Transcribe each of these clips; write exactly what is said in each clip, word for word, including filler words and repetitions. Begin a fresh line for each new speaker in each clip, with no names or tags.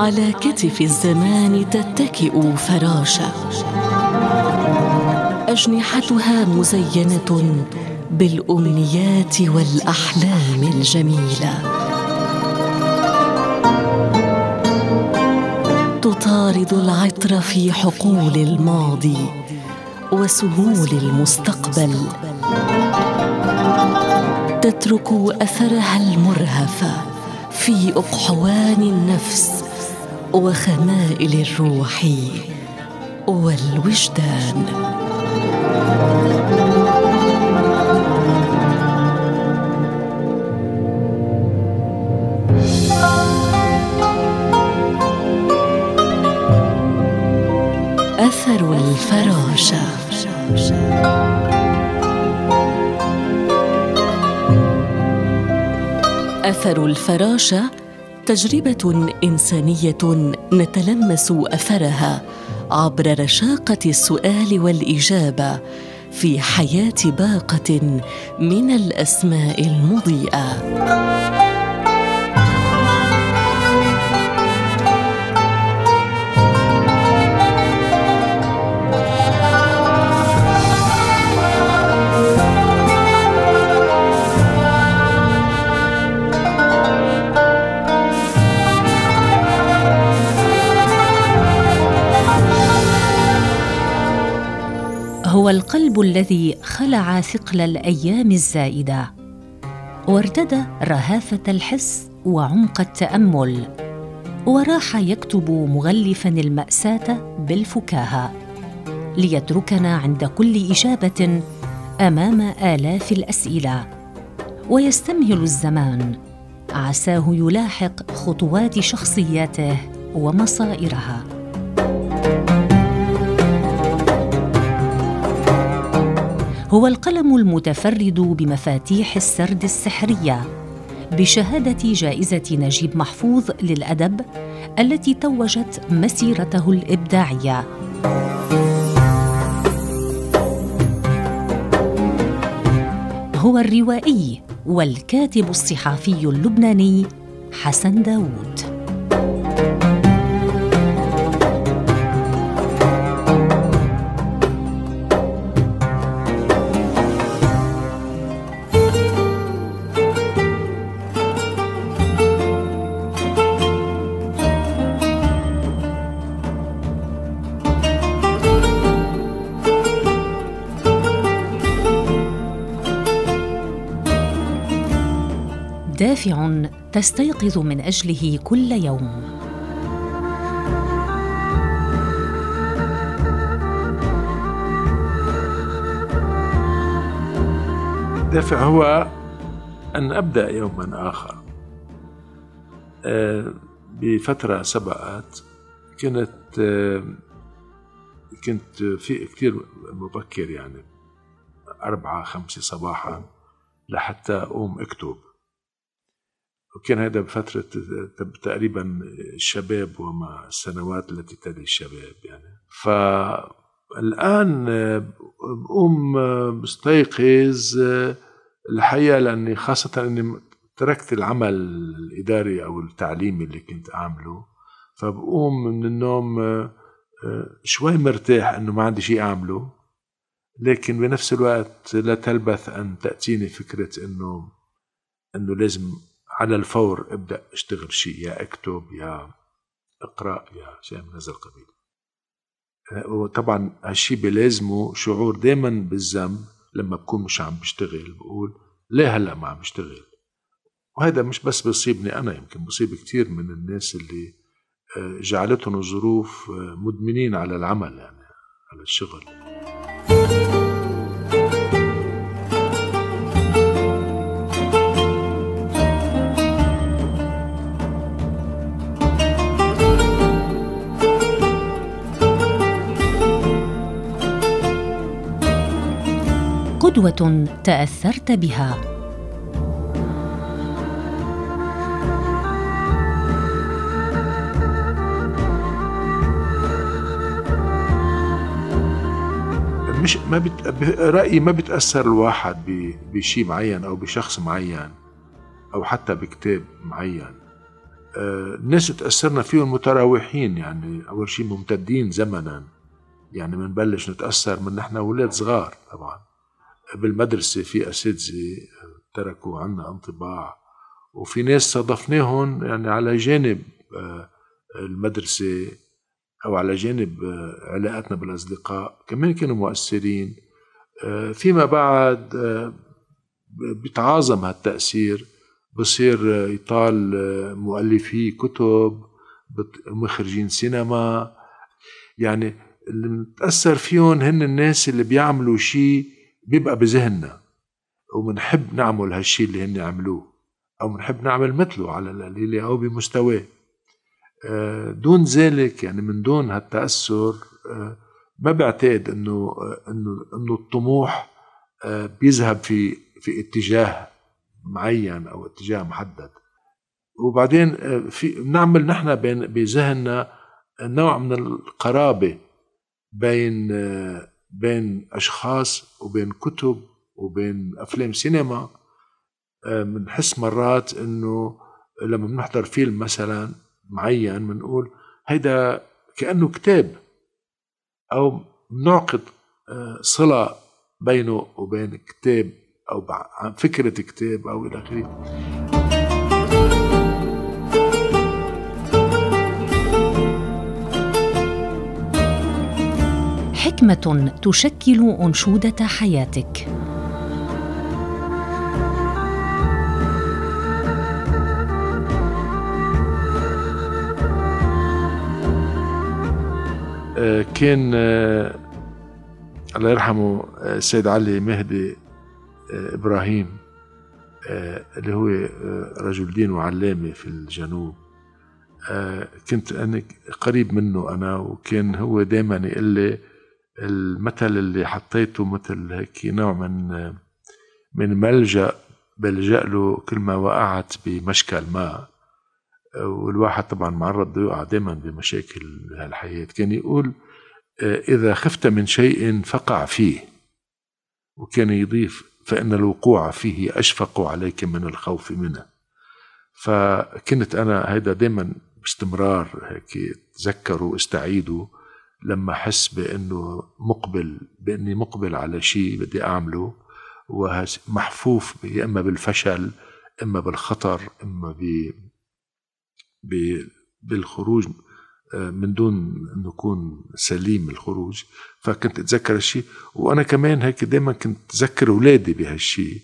على كتف الزمان تتكئ فراشة، أجنحتها مزينة بالأمنيات والأحلام الجميلة، تطارد العطر في حقول الماضي وسهول المستقبل، تترك أثرها المرهف في أقحوان النفس وخمائل الروح والوجدان. أثر الفراشة. أثر الفراشة تجربة إنسانية نتلمس أثرها عبر رشاقة السؤال والإجابة في حياة باقة من الأسماء المضيئة.
هو القلب الذي خلع ثقل الأيام الزائدة وارتدى رهافة الحس وعمق التأمل، وراح يكتب مغلفاً المأساة بالفكاهة ليتركنا عند كل إجابة أمام آلاف الأسئلة، ويستمهل الزمان عساه يلاحق خطوات شخصياته ومصائرها. هو القلم المتفرد بمفاتيح السرد السحرية بشهادة جائزة نجيب محفوظ للأدب التي توجت مسيرته الإبداعية. هو الروائي والكاتب الصحفي اللبناني حسن داوود. دافع تستيقظ من أجله كل يوم.
دافع هو أن أبدأ يوماً آخر. بفترة سبقت كنت كنت في كتير مبكر، يعني أربعة خمسة صباحاً لحتى أقوم أكتب، وكان هذا بفترة تقريبا الشباب وما السنوات التي تلي الشباب يعني. فالآن بقوم مستيقظ الحقيقة، لأني خاصة أني تركت العمل الإداري أو التعليمي اللي كنت أعمله، فبقوم من النوم شوي مرتاح أنه ما عندي شيء أعمله، لكن بنفس الوقت لا تلبث أن تأتيني فكرة أنه أنه لازم على الفور أبدأ أشتغل شيء، يا أكتب يا أقرأ يا شيء من هذا القبيل. وطبعا هالشيء بلازمه شعور دايما بالذنب لما بكون مش عم بشتغل، بقول ليه هلأ ما عم بشتغل. وهذا مش بس بيصيبني أنا، يمكن بيصيب كتير من الناس اللي جعلتهم الظروف مدمنين على العمل، يعني على الشغل.
قدوة تأثرت بها.
مش ما بت... رأيي ما بتأثر الواحد بشيء معين أو بشخص معين أو حتى بكتاب معين، الناس تأثرنا فيهم متراوحين، يعني أول شيء ممتدين زمنا، يعني منبلش نتأثر من نحن أولاد صغار. طبعا بالمدرسة في أساتذة تركوا عنا انطباع، وفي ناس صادفناهم يعني على جانب المدرسة أو على جانب علاقاتنا بالأصدقاء كمان كانوا مؤثرين. فيما بعد بيتعاظم هالتأثير، بصير يطال مؤلفي كتب، مخرجين سينما، يعني اللي نتأثر فيهم هن الناس اللي بيعملوا شيء بيبقى بذهننا ومنحب نعمل هالشيء اللي هن عملوه، أو منحب نعمل مثله على القليل أو بمستواه. دون ذلك يعني من دون هالتأثر ما بعتقد إنه إنه إنه الطموح بيذهب في في اتجاه معين أو اتجاه محدد. وبعدين في نعمل نحن بين بذهننا نوع من القرابة بين بين أشخاص وبين كتب وبين أفلام سينما. منحس مرات إنه لما بنحضر فيلم مثلا معين بنقول هيدا كأنه كتاب، أو بنعقد صلة بينه وبين كتاب أو عن فكرة كتاب أو إلى آخره.
حكمة تشكل أنشودة حياتك.
كان الله يرحمه السيد علي مهدي إبراهيم اللي هو رجل دين وعلامة في الجنوب. كنت أنا قريب منه أنا، وكان هو دايما يقول لي المثل اللي حطيته مثل هيك نوع من من ملجأ بلجأ له كل ما وقعت بمشكل ما، والواحد طبعا معرض يقع دايما بمشاكل هالحياة. كان يقول إذا خفت من شيء فقع فيه، وكان يضيف فإن الوقوع فيه أشفق عليك من الخوف منه. فكنت أنا هيدا دايما باستمرار هيك تذكره واستعيده لما أحس بأنه مقبل بأني مقبل على شيء بدي أعمله ومحفوف يا إما بالفشل إما بالخطر إما بالخروج من دون أن نكون سليم الخروج. فكنت أتذكر الشيء، وأنا كمان هيك دايما كنت أتذكر أولادي بهالشيء،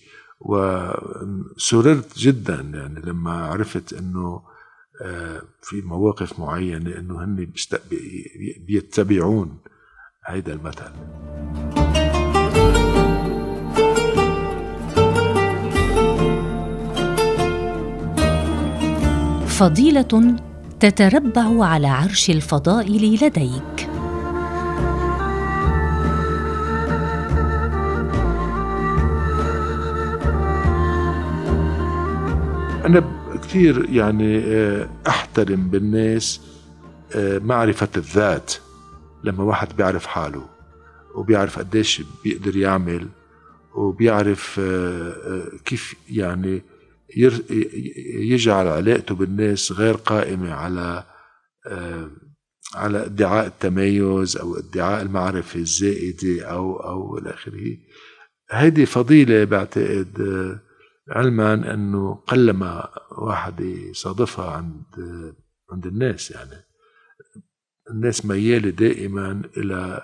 وسررت جدا يعني لما عرفت أنه في مواقف معينة أنه هن بيتبعون هيدا المثل.
فضيلة تتربع على عرش الفضائل لديك.
أنا كثير يعني أحترم بالناس معرفة الذات، لما واحد بيعرف حاله وبيعرف قديش بيقدر يعمل وبيعرف كيف يعني يجعل علاقته بالناس غير قائمة على على ادعاء التميز أو ادعاء المعرفة الزائدة أو أو إلى آخره. هذه فضيلة بعتقد علما أنه قلما واحد يصادفها عند عند الناس. يعني الناس ميالة دائما إلى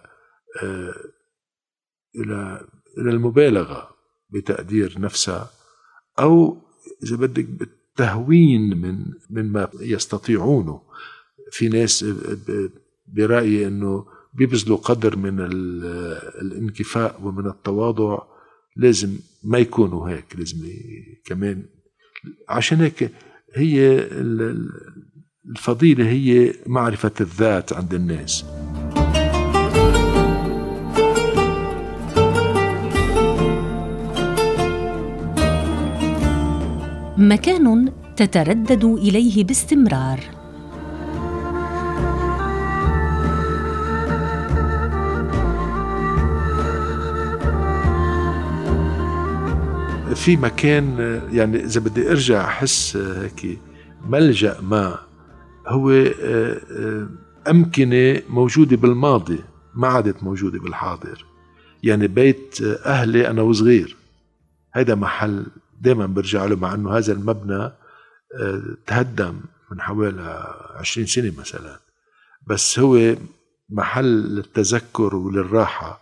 إلى إلى المبالغة بتقدير نفسها، أو إذا بدك بالتهوين من من ما يستطيعونه. في ناس برأيي أنه بيبذلوا قدر من الانكفاء ومن التواضع، لازم ما يكونوا هيك، لازم كمان. عشان هيك هي الفضيلة هي معرفة الذات عند الناس.
مكان تتردد إليه باستمرار.
في مكان يعني إذا بدي أرجع أحس هيك ملجأ ما هو أمكنة موجودة بالماضي ما عادت موجودة بالحاضر. يعني بيت أهلي أنا وصغير هيدا محل دايما برجع له، مع أنه هذا المبنى تهدم من حوالي عشرين سنة مثلا، بس هو محل للتذكر وللراحة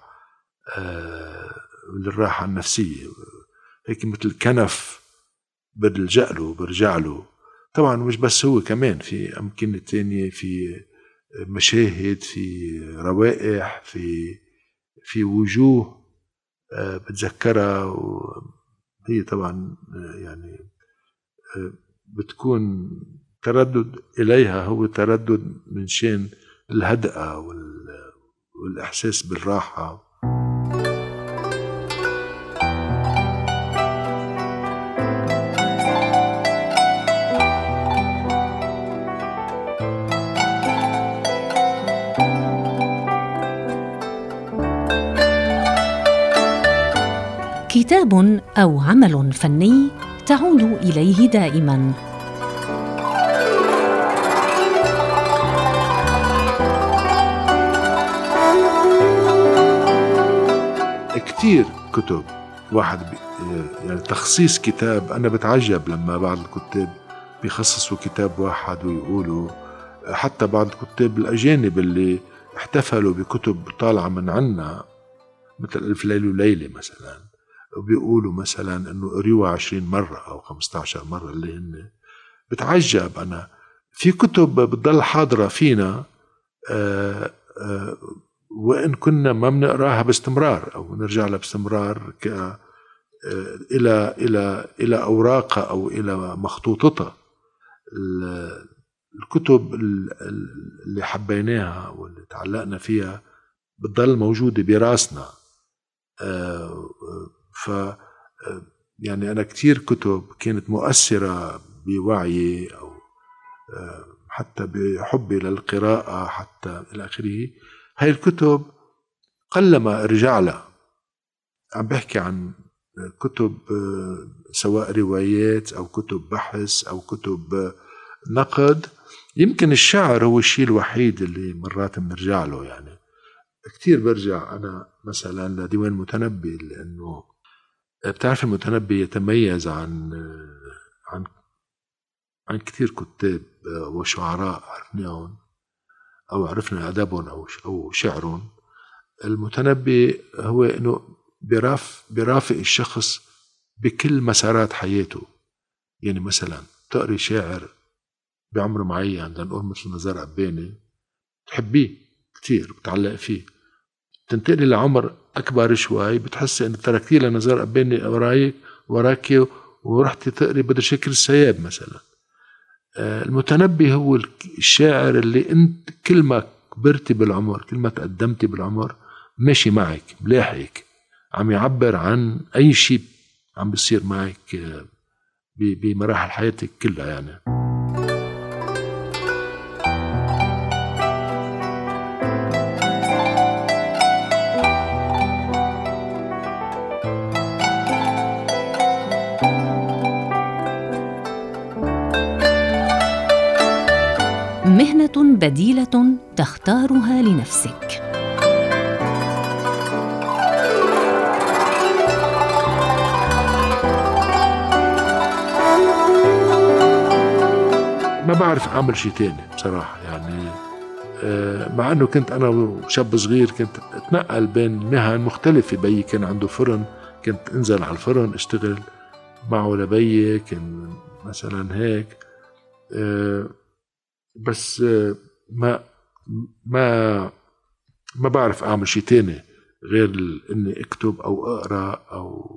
وللراحة النفسية، هيك مثل كنف برجع له برجع له. طبعا مش بس هو، كمان في أمكنة تانية، في مشاهد، في روائح، في في وجوه بتذكرها، وهي طبعا يعني بتكون تردد إليها هو تردد من شان الهدأة والإحساس بالراحة.
كتاب أو عمل فني تعود إليه دائماً.
كتير كتب واحد بي يعني تخصيص كتاب، أنا بتعجب لما بعض الكتاب بيخصصوا كتاب واحد ويقولوا، حتى بعض الكتاب الأجانب اللي احتفلوا بكتب طالعة من عنا مثل ألف ليلة وليلة مثلا، وبيقولوا مثلا أنه قريوها عشرين مرة أو خمسة عشر مرة، اللي هن بتعجب أنا في كتب بتضل حاضرة فينا آآ آآ وإن كنا ما بنقراها باستمرار أو نرجع لها باستمرار إلى إلى إلى أوراقها أو إلى مخطوطتها. الكتب اللي حبيناها واللي تعلقنا فيها بتضل موجودة براسنا. ف يعني أنا كتير كتب كانت مؤثرة بوعيي أو حتى بحبي للقراءة حتى إلى آخره. هاي الكتب قلما ارجع لها. عم بحكي عن كتب سواء روايات أو كتب بحث أو كتب نقد. يمكن الشعر هو الشيء الوحيد اللي مرات بنرجع له. يعني كتير برجع أنا مثلا لديوان المتنبي، لأنه بتعرف المتنبي يتميز عن عن عن كتير كتاب وشعراء عرفناهم أو عرفنا أدبهم أو أو شعرهم. المتنبي هو إنه براف برافق الشخص بكل مسارات حياته. يعني مثلا تقري شاعر بعمر معين، لنقول مثل نزار قباني، تحبيه كتير بتعلق فيه، تنتقلي لعمر أكبر شوي بتحسي إن تركتي لنزار قباني ورايك وراكي ورحتي تقري بدر شاكر السياب مثلا. المتنبي هو الشاعر اللي انت كل ما كبرتي بالعمر، كل ما تقدمتي بالعمر، ماشي معك ملاحقك، عم يعبر عن أي شيء عم بيصير معك بمراحل حياتك كلها. يعني
مهنة بديلة تختارها لنفسك.
ما بعرف أعمل شيء تاني بصراحة. يعني مع أنه كنت أنا شاب صغير كنت أتنقل بين مهن مختلفة. بيي كان عنده فرن، كنت أنزل على الفرن أشتغل معه لبيي، كان مثلا هيك. بس ما ما ما بعرف أعمل شيء تاني غير إني أكتب أو أقرأ أو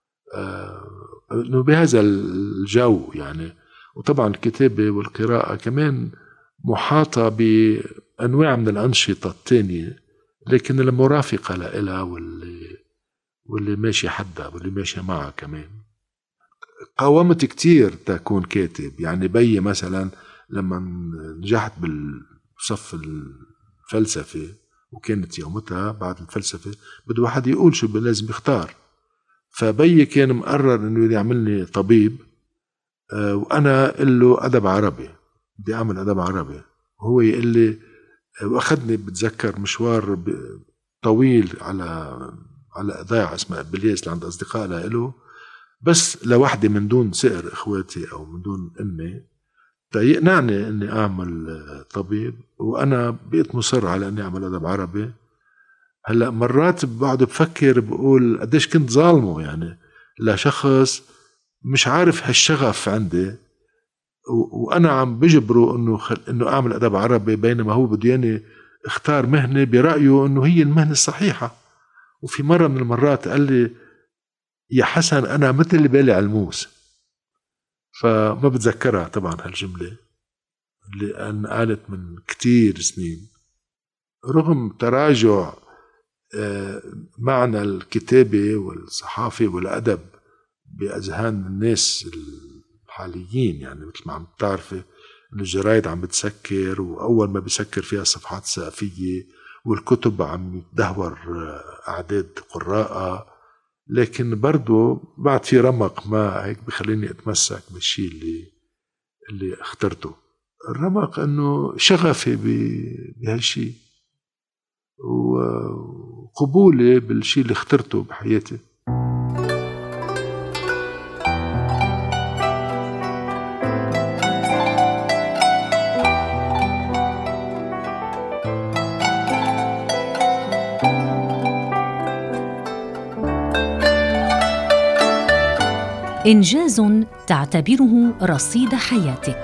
إنه بهذا الجو. يعني وطبعا الكتابة والقراءة كمان محاطة بأنواع من الأنشطة التانية، لكن المرافقة لها واللي واللي ماشي حدها واللي ماشي معها كمان. قاومت كتير تكون كاتب. يعني بي مثلا لما نجحت بالصف الفلسفة، وكانت يومتها بعد الفلسفة بده واحد يقول شو لازم يختار، فبي كان مقرر انه يعملني طبيب وأنا قل له أدب عربي، بدي أعمل أدب عربي. هو يقول لي، وأخذني بتذكر مشوار طويل على على إذاعة اسمها إبليس اللي عند أصدقاء له، بس لوحدي من دون سئر إخواتي أو من دون أمي يقنعني أني أعمل طبيب. وأنا بقيت مصر على أني أعمل أدب عربي. هلأ مرات بقعد بفكر بقول قديش كنت ظالمه يعني لشخص مش عارف هالشغف عندي، وأنا عم بجبره إنه خل... إنه أعمل أدب عربي، بينما هو بده يعني اختار مهنة برأيه إنه هي المهنة الصحيحة. وفي مرة من المرات قال لي يا حسن أنا مثل اللي بالي علموس، فما بتذكرها طبعا هالجملة اللي أنا قالت من كتير سنين. رغم تراجع معنى الكتابة والصحافة والأدب بأذهان الناس الحاليين، يعني مثل ما عم تعرفي إن الجرايد عم بتسكر، وأول ما بيسكر فيها صفحات سقفية، والكتب عم يتدهور أعداد قراءة، لكن برضو بعد في رمق ما هيك بخليني أتمسك بالشيء اللي اللي اخترته. الرمق إنه شغفي بهالشيء وقبولي بالشيء اللي اخترته بحياتي.
إنجاز تعتبره رصيد حياتك.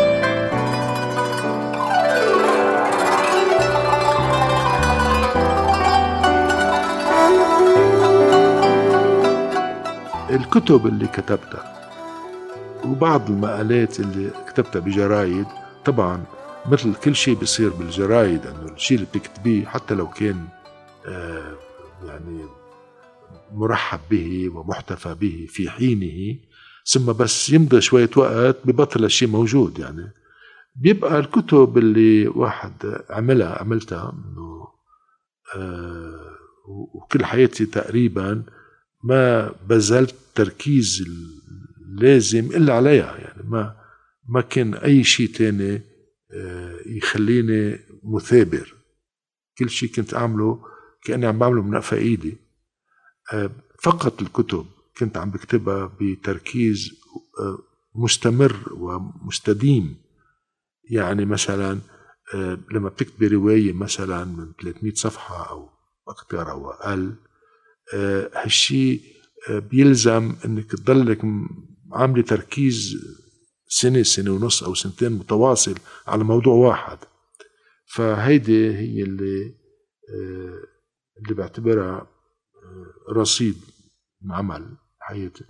الكتب اللي كتبتها وبعض المقالات اللي كتبتها بجرايد، طبعا مثل كل شيء بيصير بالجرايد انه الشيء اللي بتكتبيه حتى لو كان آه يعني مرحب به ومحتفى به في حينه، ثم بس يمضي شوية وقت ببطل الشيء موجود. يعني بيبقى الكتب اللي واحد عملها عملتها انه آه وكل حياتي تقريبا ما بذلت تركيز اللازم إلا عليها، يعني ما ما كان أي شيء تاني يخليني مثابر. كل شيء كنت أعمله كأني عم بعمله من نفع إيدي. فقط الكتب كنت عم بكتبها بتركيز مستمر ومستديم. يعني مثلا لما بتكتبي رواية مثلا من ثلاثمئة صفحة أو أكثر أو أقل، هالشي بيلزم انك تضلك عاملة تركيز سنة سنة ونص او سنتين متواصل على موضوع واحد. فهيدي هي اللي اللي بعتبرها رصيد من عمل حياتي.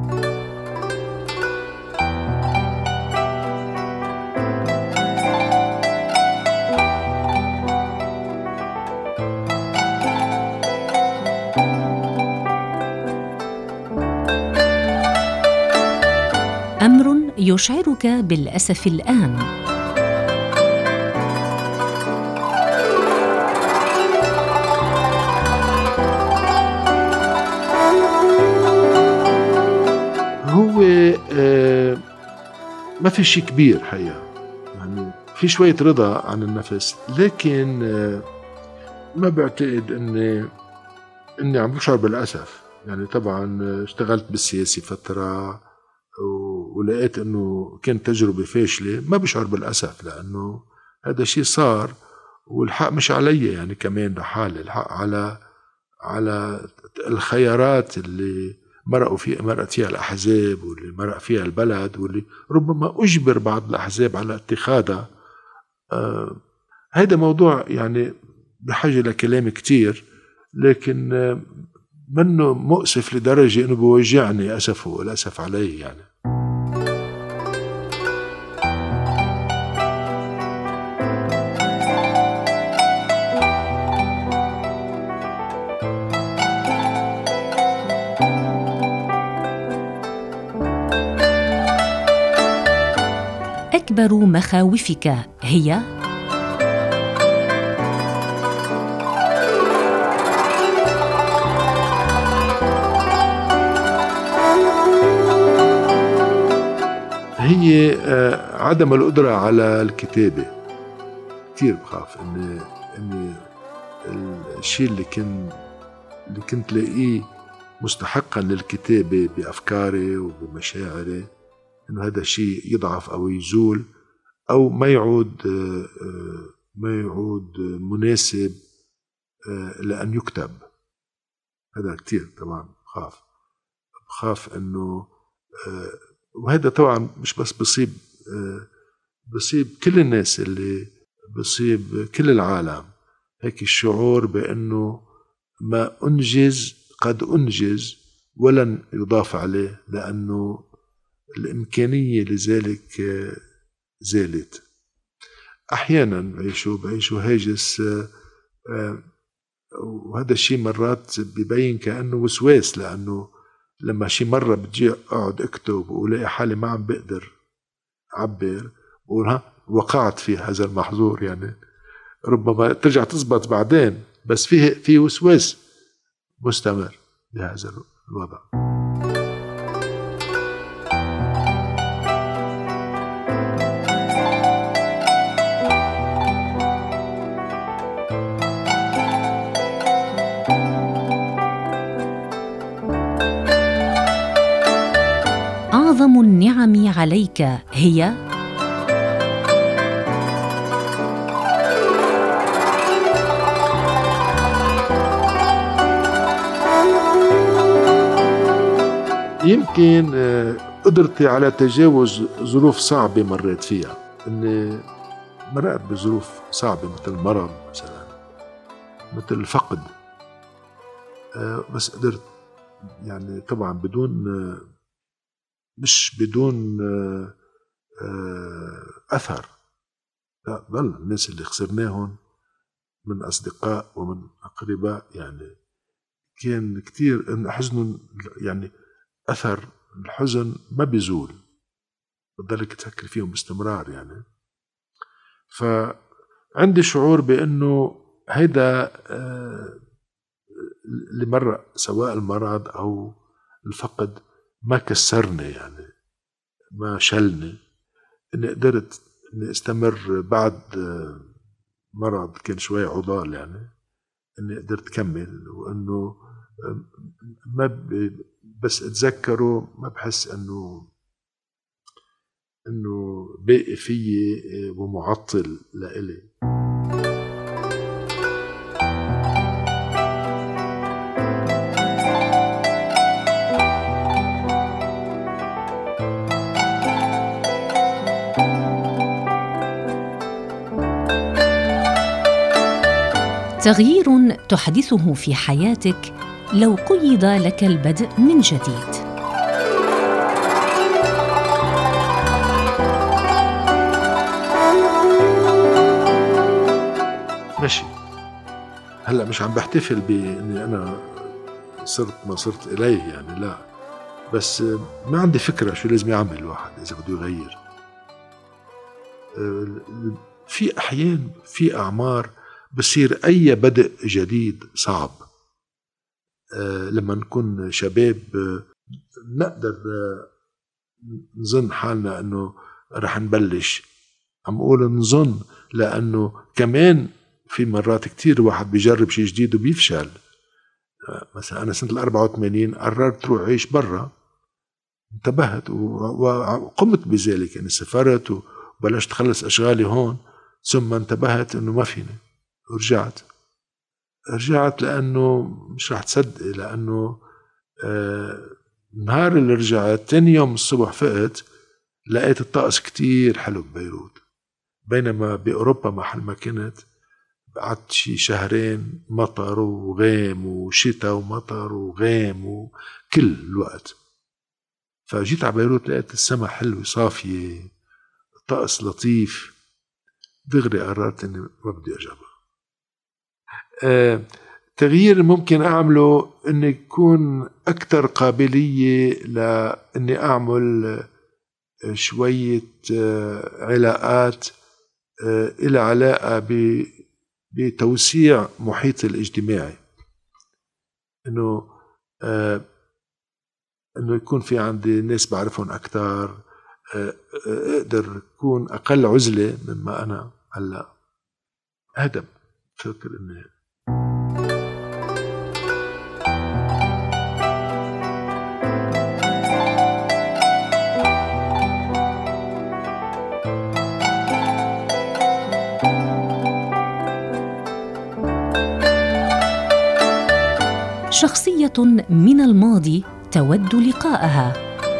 أمر يشعرك بالأسف الآن.
هو آه ما في شيء كبير حقيقة، يعني في شوية رضا عن النفس، لكن آه ما بعتقد أني أني عم بشعر بالأسف. يعني طبعا اشتغلت بالسياسة فترة ولقيت أنه كانت تجربة فاشلة، ما بشعر بالأسف لأنه هذا شيء صار، والحق مش علي يعني كمان لحالي، الحق على على الخيارات اللي مرقوا فيها مرقت فيها الأحزاب واللي مرق فيها البلد، واللي ربما أجبر بعض الأحزاب على اتخاذها. آه هذا موضوع يعني بحاجة لكلام كتير، لكن آه منه مؤسف لدرجة أنه بوجعني أسفه والأسف عليه. يعني
أكبر مخاوفك هي
هي عدم القدرة على الكتابة. كتير بخاف إني إني الشيء اللي كنت اللي كنت لاقيه مستحقا للكتابة بأفكاري وبمشاعري، إنه هذا الشيء يضعف أو يزول أو ما يعود ما يعود مناسب لأن يكتب. هذا كتير طبعا بخاف بخاف إنه، وهذا طبعا مش بس بصيب بصيب كل الناس، اللي بصيب كل العالم، هيك الشعور بأنه ما أنجز قد أنجز ولن يضاف عليه، لأنه الإمكانية لذلك زالت. أحيانا بعيشوا بعيشوا هاجس، وهذا الشيء مرات بيبين كأنه وسواس، لأنه لما شي مرة بتجي أقعد أكتب ولاقي حالي ما عم بقدر أعبر، بقول ها وقعت في هذا المحظور، يعني ربما ترجع تزبط بعدين، بس فيه في وسواس مستمر بهذا الوضع.
أعظم النعم عليك هي
يمكن قدرتي على تجاوز ظروف صعبة مريت فيها. إني مرقت بظروف صعبة مثل المرض مثلا، مثل الفقد، بس قدرت يعني طبعا بدون مش بدون أثر. لا، ظل الناس اللي خسرناهم من أصدقاء ومن أقرباء يعني كان كتير إن حزن، يعني أثر الحزن ما بيزول، بتضلك تفكر فيهم باستمرار يعني. فعندي شعور بأنه هيدا اللي مر، سواء المرض أو الفقد، ما كسرني يعني، ما شلني، إني قدرت إني استمر بعد مرض كان شوي عضال، يعني إني قدرت كمل، وإنه ما بس أتذكره ما بحس إنه إنه باقي فيي ومعطل لإلي.
تغيير تحدثه في حياتك لو قيض لك البدء من جديد.
ماشي، هلأ مش عم بحتفل بإني أنا صرت ما صرت إليه يعني، لا، بس ما عندي فكرة شو لازم يعمل الواحد إذا بده يغير. في أحيان في أعمار بصير أي بدء جديد صعب. لما نكون شباب نقدر نظن حالنا أنه رح نبلش. عم أقول نظن لأنه كمان في مرات كتير واحد بيجرب شيء جديد وبيفشل. مثلا أنا سنة الأربعة وثمانين قررت روح عيش برا، انتبهت وقمت بذلك، يعني سافرت وبلشت خلص أشغالي هون، ثم انتبهت أنه ما فيني ورجعت رجعت لأنه مش رح تصدقي، لأنه آه نهار اللي رجعت تاني يوم الصبح فقت لقيت الطقس كتير حلو ببيروت، بينما بأوروبا محل ما كنت قعدت شي شهرين مطر وغيم وشتاء ومطر وغيم وكل الوقت. فجيت على بيروت لقيت السما حلوة صافية، الطقس لطيف، دغري قررت اني ما بدي اجربها. آه، تغيير ممكن اعمله اني يكون اكثر قابلية لاني اعمل شوية آه علاقات آه الى علاقة بتوسيع محيط الاجتماعي، انه آه انه يكون في عندي ناس بعرفهم اكثر، أقدر أكون أقل عزلة مما أنا هلأ. هذا بفكر إني
شخصية من الماضي تود لقاءها.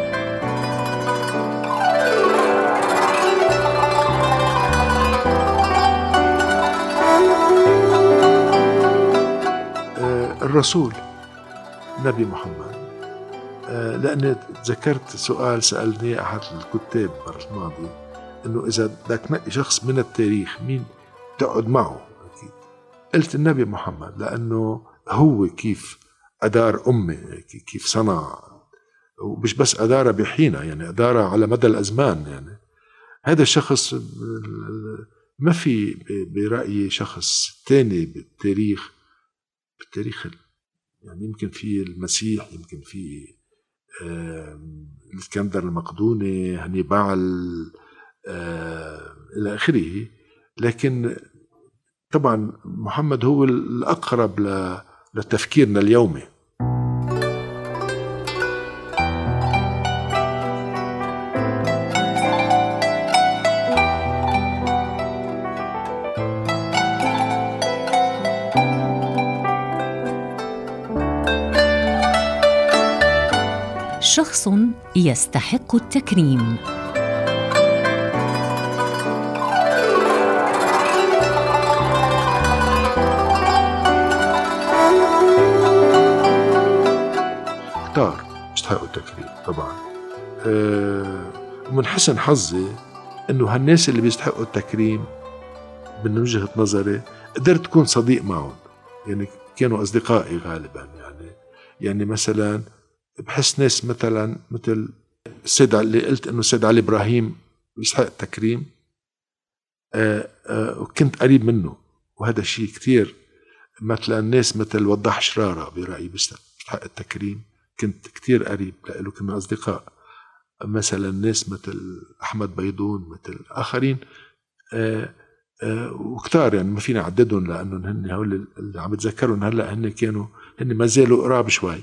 الرسول نبي محمد، لأني تذكرت سؤال سألني أحد الكتاب مرة الماضي، إنه إذا بدك تنقي شخص من التاريخ مين تقعد معه؟ أكيد قلت النبي محمد، لأنه هو كيف أدار أمة، كيف صنع، ومش بس أدارها بحينها، يعني أدارها على مدى الأزمان. يعني هذا الشخص ما في برأيي شخص تاني بالتاريخ بالتاريخ يعني يمكن في المسيح، يمكن في الإسكندر المقدوني، هانيبال، إلى آخره. لكن طبعا محمد هو الأقرب لتفكيرنا اليومي.
شخص يستحق التكريم.
كتار يستحقوا التكريم طبعا. أه ومن حسن حظي انه هالناس اللي بيستحقوا التكريم من وجهة نظري قدرت تكون صديق معهم، يعني كانوا اصدقائي غالبا. يعني يعني مثلا بحس ناس مثلا مثل السيد اللي قلت انه السيد علي ابراهيم يستحق التكريم، أه أه وكنت قريب منه، وهذا الشيء كتير. مثلا ناس مثل وضاح شرارة برأيي بيستحق التكريم، كنت كتير قريب له، كنا أصدقاء. مثلا ناس مثل أحمد بيضون، مثل آخرين آآ آآ وكتار، يعني ما فينا عددهم، لأنه هن هول اللي عم بتذكرهم هلأ هن كانوا هن ما زالوا قراب شوي.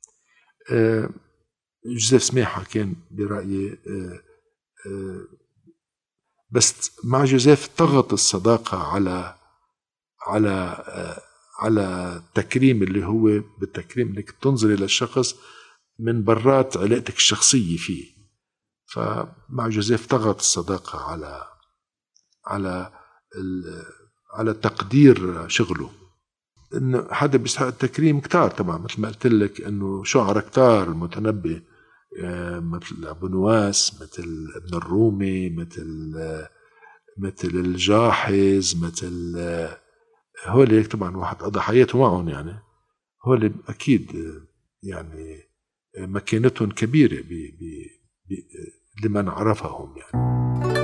جوزيف سماحة كان برأيي آآ آآ بس مع جوزيف طغت الصداقة على على على التكريم، اللي هو بالتكريم انك تنظري للشخص من برات علاقتك الشخصية فيه. فمع جوزيف طغت الصداقة على على على تقدير شغله. انه حدا بيستحق التكريم كتار طبعا، مثل ما قلت لك انه شعراء كتار، المتنبي مثل ابو نواس، مثل ابن الرومي، مثل مثل الجاحظ، مثل هول طبعا واحد قضى حياته معهم. يعني هول أكيد يعني مكانتهم كبيرة بي بي بي لمن عرفهم. يعني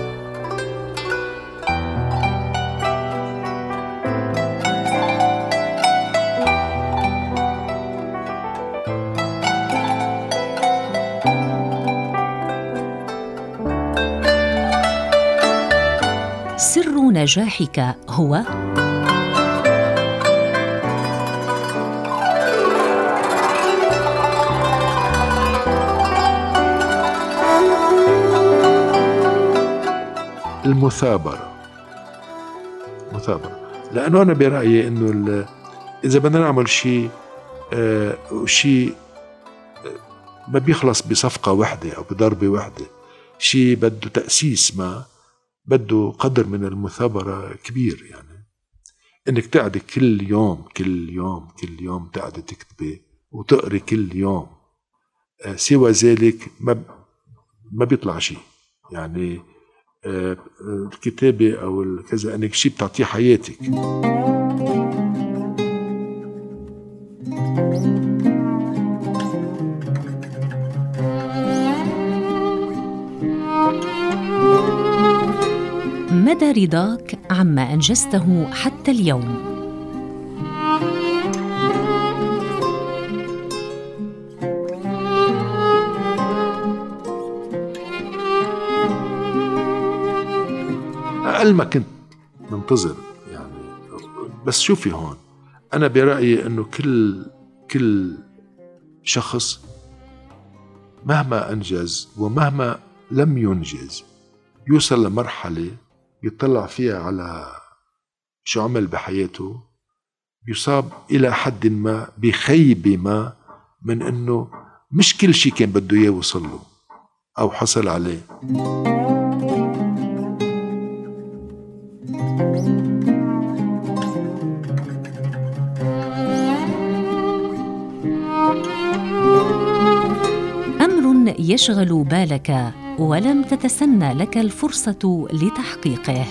سر نجاحك هو
المثابرة. مثابرة، لأنه أنا برأيي إنه إذا بدنا نعمل شيء آه شيء ما بيخلص بصفقة واحدة أو بضربة واحدة، شيء بده تأسيس، ما بده قدر من المثابرة كبير. يعني إنك تقعد كل يوم كل يوم كل يوم تقعد تكتبي وتقري كل يوم، آه سوى ذلك ما ما بيطلع شيء. يعني الكتابة أو كذا أنك شيء بتعطيه حياتك.
مدى رضاك عما أنجزته حتى اليوم؟
أقل ما كنت منتظر يعني. بس شوفي هون، أنا برأيي أنه كل كل شخص مهما أنجز ومهما لم ينجز يوصل لمرحلة يطلع فيها على شو عمل بحياته، يصاب إلى حد ما بخيبة ما من أنه مش كل شيء كان بده إياه وصل له أو حصل عليه.
أمر يشغل بالك ولم تتسنى لك الفرصة لتحقيقه.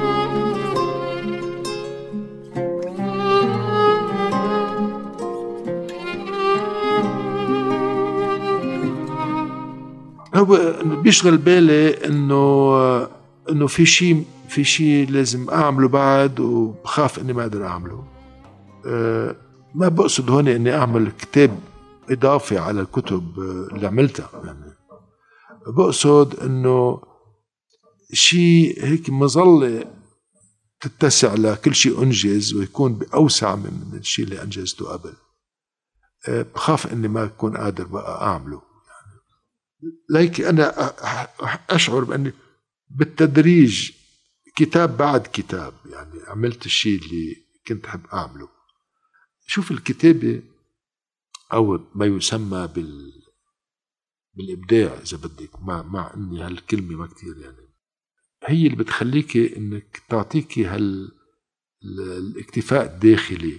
هو بيشغل بالي انه انه في شيء في شيء لازم اعمله بعد، وبخاف اني ما اقدر اعمله. أه ما بقصد هون اني اعمل كتاب اضافي على الكتب اللي عملتها، يعني بقصد انه شيء هيك مظلة تتسع لكل شيء انجز ويكون باوسع من الشيء اللي انجزته قبل. أه بخاف اني ما اكون قادر بقى اعمله. ليك أنا أشعر بأني بالتدريج كتاب بعد كتاب يعني عملت الشيء اللي كنت أحب أعمله. شوف الكتابة أو ما يسمى بال بالإبداع إذا بدك، مع, مع أني هالكلمة ما كتير يعني، هي اللي بتخليك أنك تعطيك هال الاكتفاء الداخلي.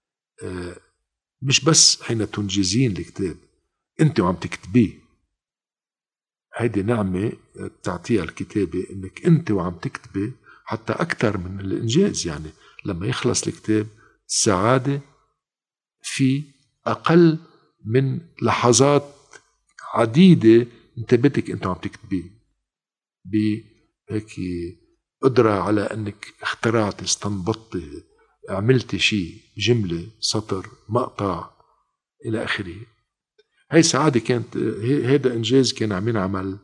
مش بس حين تنجزين الكتاب أنت وعم تكتبيه، هيدي نعمة بتعطيها الكتابة، انك انت وعم تكتبي حتى اكثر من الانجاز. يعني لما يخلص الكتاب السعادة في اقل من لحظات عديدة انت بدك انت وعم تكتبي، بهيك قدرة على انك اخترعت، استنبطت، عملت شيء، جملة، سطر، مقطع الى اخره. هاي سعادة كانت، هذا إنجاز كان عم ينعمل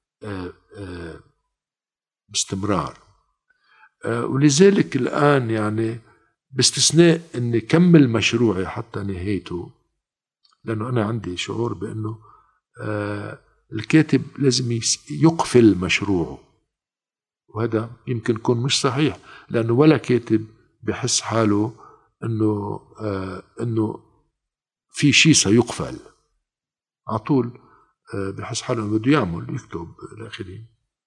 باستمرار. ولذلك الآن يعني باستثناء أني كمل مشروعي حتى نهايته، لأنه أنا عندي شعور بأنه الكاتب لازم يقفل مشروعه، وهذا يمكن يكون مش صحيح، لأنه ولا كاتب بحس حاله أنه أنه في شيء سيقفل، على طول بحس حاله انه بده يعمل يكتب الى اخره.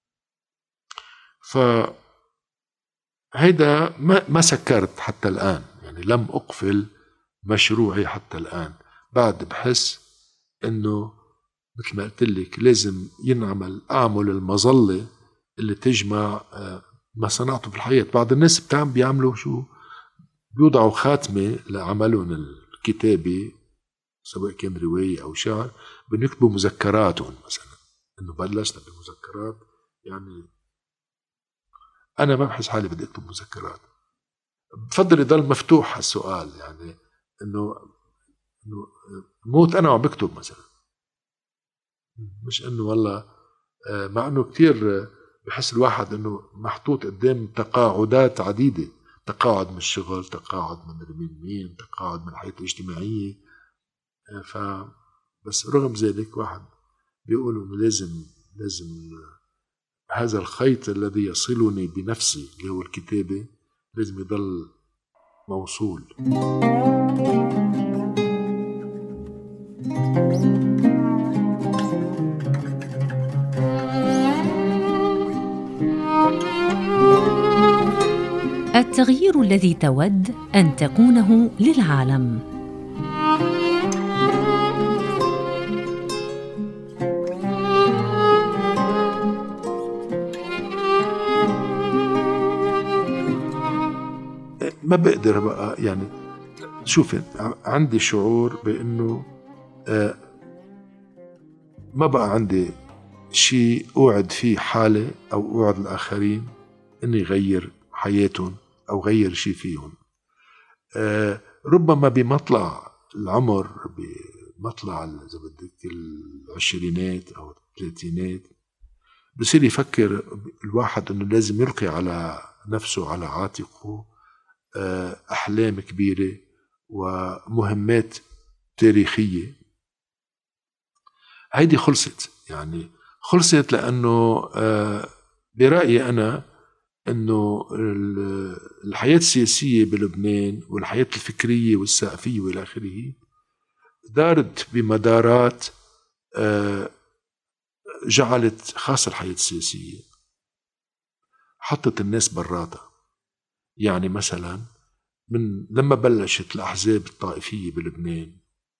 فهيدا ما ما سكرت حتى الان، يعني لم اقفل مشروعي حتى الان، بعد بحس انه مثل ما قلت لك لازم ينعمل، اعمل المظله اللي تجمع ما صنعته في الحياه. بعض الناس بتعمل بيعملوا شو، بيوضعوا خاتمه لعملهم الكتابي سواء كان رواية أو شعر، بنكتبوا مذكراتهم مثلا، إنه بلشنا بمذكرات. يعني أنا ما بحس حالي بدي أكتب مذكرات، بفضل يضل مفتوح هالسؤال، يعني إنه إنه موت أنا وعم بكتب مثلا، مش إنه والله، مع إنه كتير بحس الواحد إنه محطوط قدام تقاعدات عديدة، تقاعد من الشغل، تقاعد من المين، تقاعد من الحياة الاجتماعية. ف بس رغم ذلك واحد بيقولوا إنه لازم لازم هذا الخيط الذي يصلني بنفسي اللي هو الكتابة لازم يضل موصول.
التغيير الذي تود أن تكونه للعالم.
ما بقدر بقى، يعني شوفي عندي شعور بأنه آه ما بقى عندي شيء أوعد فيه حالة أو أوعد الآخرين إني غير حياتهم أو غير شيء فيهم. آه ربما بمطلع العمر، بمطلع إذا بدك العشرينات أو الثلاثينات، بصير يفكر الواحد إنه لازم يلقي على نفسه على عاتقه أحلام كبيرة ومهمات تاريخية. هيدي خلصت، يعني خلصت لأنه برأيي أنا أنه الحياة السياسية بلبنان والحياة الفكرية والثقافية والى آخره دارت بمدارات جعلت خاصة الحياة السياسية حطت الناس براتها. يعني مثلا من لما بلشت الأحزاب الطائفية بلبنان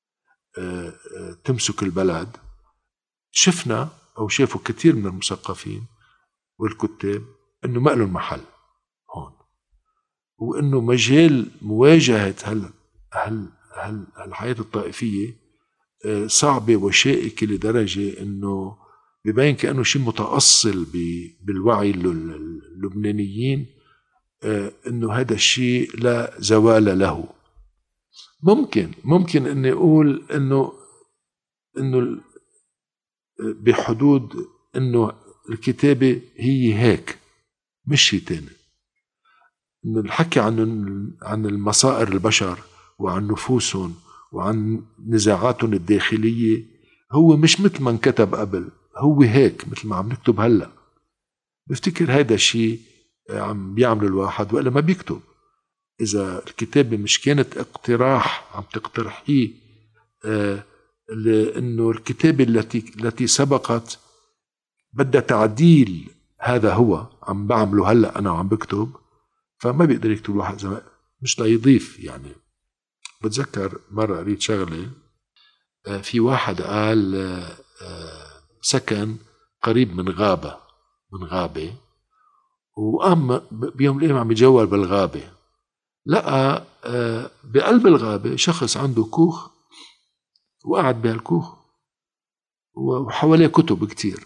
تمسك البلد، شفنا أو شافوا كثير من المثقفين والكتاب أنه ما لهم محل هون، وأنه مجال مواجهة هل هل هل الحياة الطائفية صعبة وشائكة لدرجة أنه ببين كأنه شيء متأصل بالوعي اللبنانيين، أنه هذا الشيء لا زوال له. ممكن ممكن أن أقول أنه أنه بحدود أنه الكتابة هي هيك مش شيء تاني، أنه الحكي عن عن المصائر البشر وعن نفوسهم وعن نزاعاتهم الداخلية هو مش مثل ما انكتب قبل، هو هيك مثل ما عم نكتب هلأ. بفتكر هذا الشيء عم بيعمل الواحد وإلا ما بيكتب. إذا الكتابة مش كانت اقتراح عم تقترحيه، آه لأنه الكتابة التي التي سبقت بدها تعديل، هذا هو عم بعمله هلأ أنا وعم بكتب، فما بيقدر يكتب الواحد زمان مش لا يضيف. يعني بتذكر مرة قريت شغلة، آه في واحد قال آه سكن قريب من غابة من غابة، وقام بيوم الأيام عم يتجول بالغابة، لقى بقلب الغابة شخص عنده كوخ وقعد بهالكوخ وحواليه كتب كتير.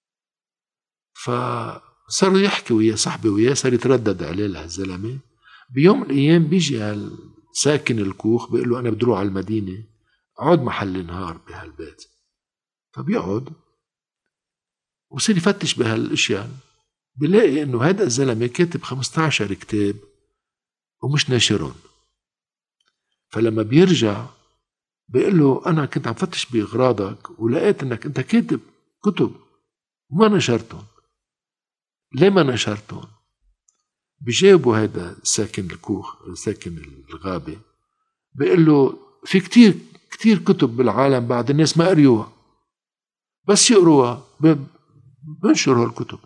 فصار يحكي ويا صاحبي وياه، صار يتردد عليه لهالزلمة. بيوم من الأيام بيجي هالساكن الكوخ بيقول له أنا بدي أروح على المدينة، اقعد محل نهار بهالبيت. فبيقعد وصير يفتش بهالاشياء، بلاقي انه هذا الزلمه كاتب خمسة عشر كتاب ومش ناشرهم. فلما بيرجع بيقول له انا كنت عم فتش باغراضك ولقيت انك انت كاتب كتب وما نشرتهم، ليه ما نشرتهم؟ بيجاوبوا هذا ساكن الكوخ ساكن الغابه، بيقول له في كتير كتير كتب بالعالم بعد الناس ما قريوها، بس يقروها بنشروا الكتب.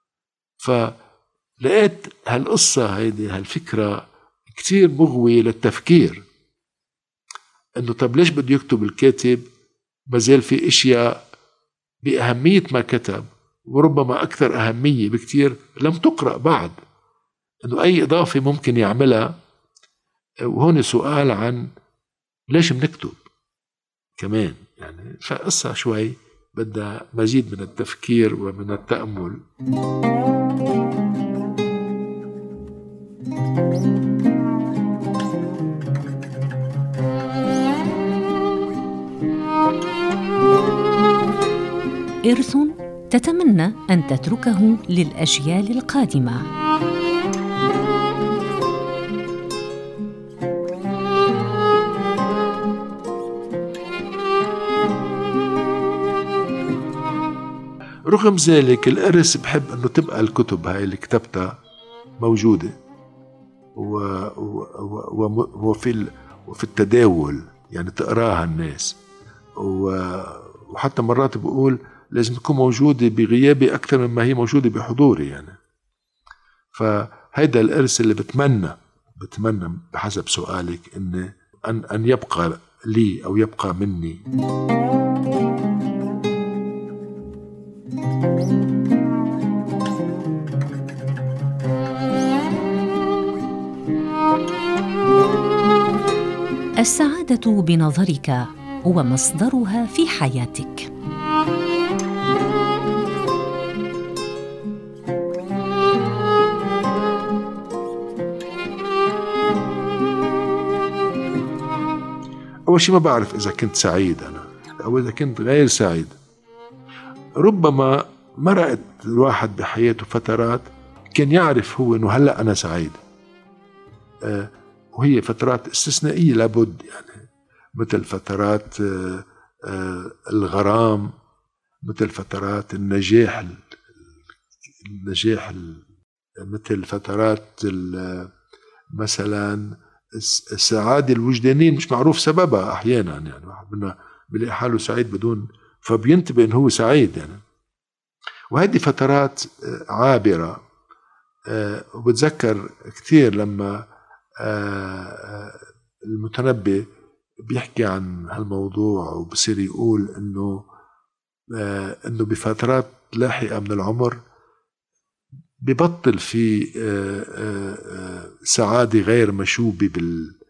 فلقيت هالقصة هيدي هالفكرة كتير مغوية للتفكير، انه طب ليش بده يكتب الكاتب مازال في اشياء بأهمية ما كتب وربما اكثر اهمية بكتير لم تقرأ بعد، انه اي اضافة ممكن يعملها. وهون سؤال عن ليش بنكتب كمان، يعني فقصة شوي بدها مزيد من التفكير ومن التأمل.
إرث تتمنى أن تتركه للأجيال القادمة.
رغم ذلك الإرث بحب أنه تبقى الكتب هاي اللي كتبتها موجودة و... و... و... وفي وفي التداول، يعني تقراها الناس، و... وحتى مرات بقول لازم تكون موجودة بغيابي أكثر مما هي موجودة بحضوري. يعني فهيدا الإرث اللي بتمنى بتمنى بحسب سؤالك إن أن أن يبقى لي أو يبقى مني.
السعادة بنظرك هو مصدرها في حياتك.
أول شيء ما بعرف إذا كنت سعيد أنا أو إذا كنت غير سعيد. ربما مرقت الواحد بحياته فترات كان يعرف هو أنه هلأ أنا سعيد. آه وهي فترات استثنائية لابد، يعني مثل فترات آه آه الغرام، مثل فترات النجاح النجاح مثل فترات مثلا السعادة الوجدانية مش معروف سببها أحيانا، يعني واحد منا بيلاقي حاله سعيد بدون، فبينتبه إنه هو سعيد يعني. وهذه فترات عابرة. وبتذكر كثير لما المتنبي بيحكي عن هالموضوع وبصير يقول إنه إنه بفترات لاحقة من العمر ببطل في سعادة غير مشوبة بال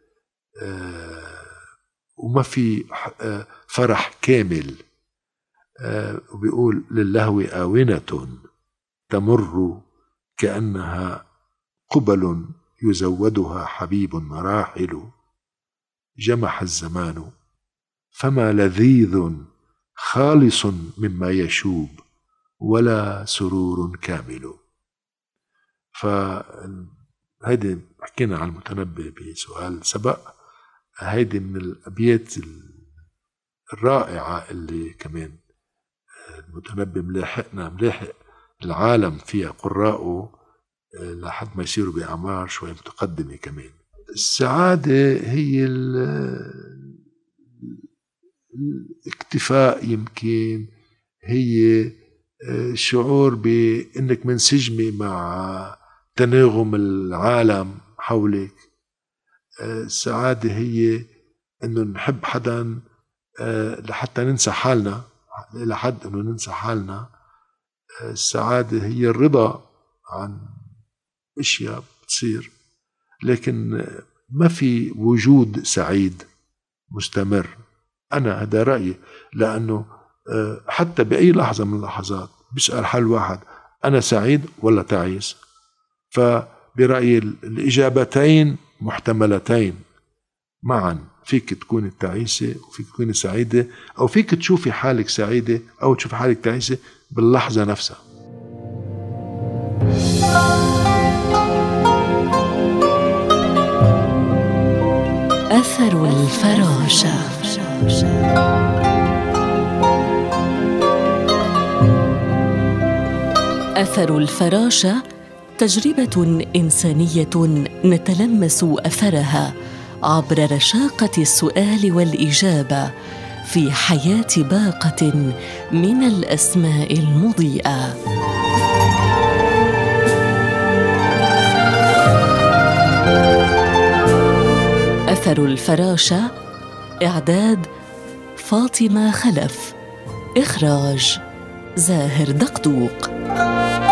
وما في فرح كامل. وبيقول للهو آونة تمر كأنها قبل يزودها حبيب مراحل، جمح الزمان فما لذيذ خالص مما يشوب ولا سرور كامل. فهيدي حكينا عن المتنبي بسؤال سبق، هيدي من الأبيات الرائعة اللي كمان المتنبي ملاحقنا ملاحق العالم فيها قراءه لحد ما يصيروا بأعمار شوي متقدمة كمان. السعادة هي الاكتفاء، يمكن هي الشعور بأنك منسجمة مع تناغم العالم حولك. السعادة هي أنه نحب حدا لحتى ننسى حالنا، لحد أنه ننسى حالنا. السعادة هي الرضا عن أشياء بتصير، لكن ما في وجود سعيد مستمر. أنا هذا رأيي، لأنه حتى بأي لحظة من اللحظات بيسأل حال واحد أنا سعيد ولا تعيس؟ فبرأيي الإجابتين محتملتين معا، فيك تكون التعيسة وفيك تكون سعيدة، أو فيك تشوفي حالك سعيدة أو تشوفي حالك تعيسة باللحظة نفسها.
أثر الفراشة. أثر الفراشة تجربة إنسانية نتلمس أثرها عبر رشاقة السؤال والإجابة في حياة باقة من الأسماء المضيئة. أثر الفراشة، إعداد فاطمة خلف، إخراج زاهر دقدوق.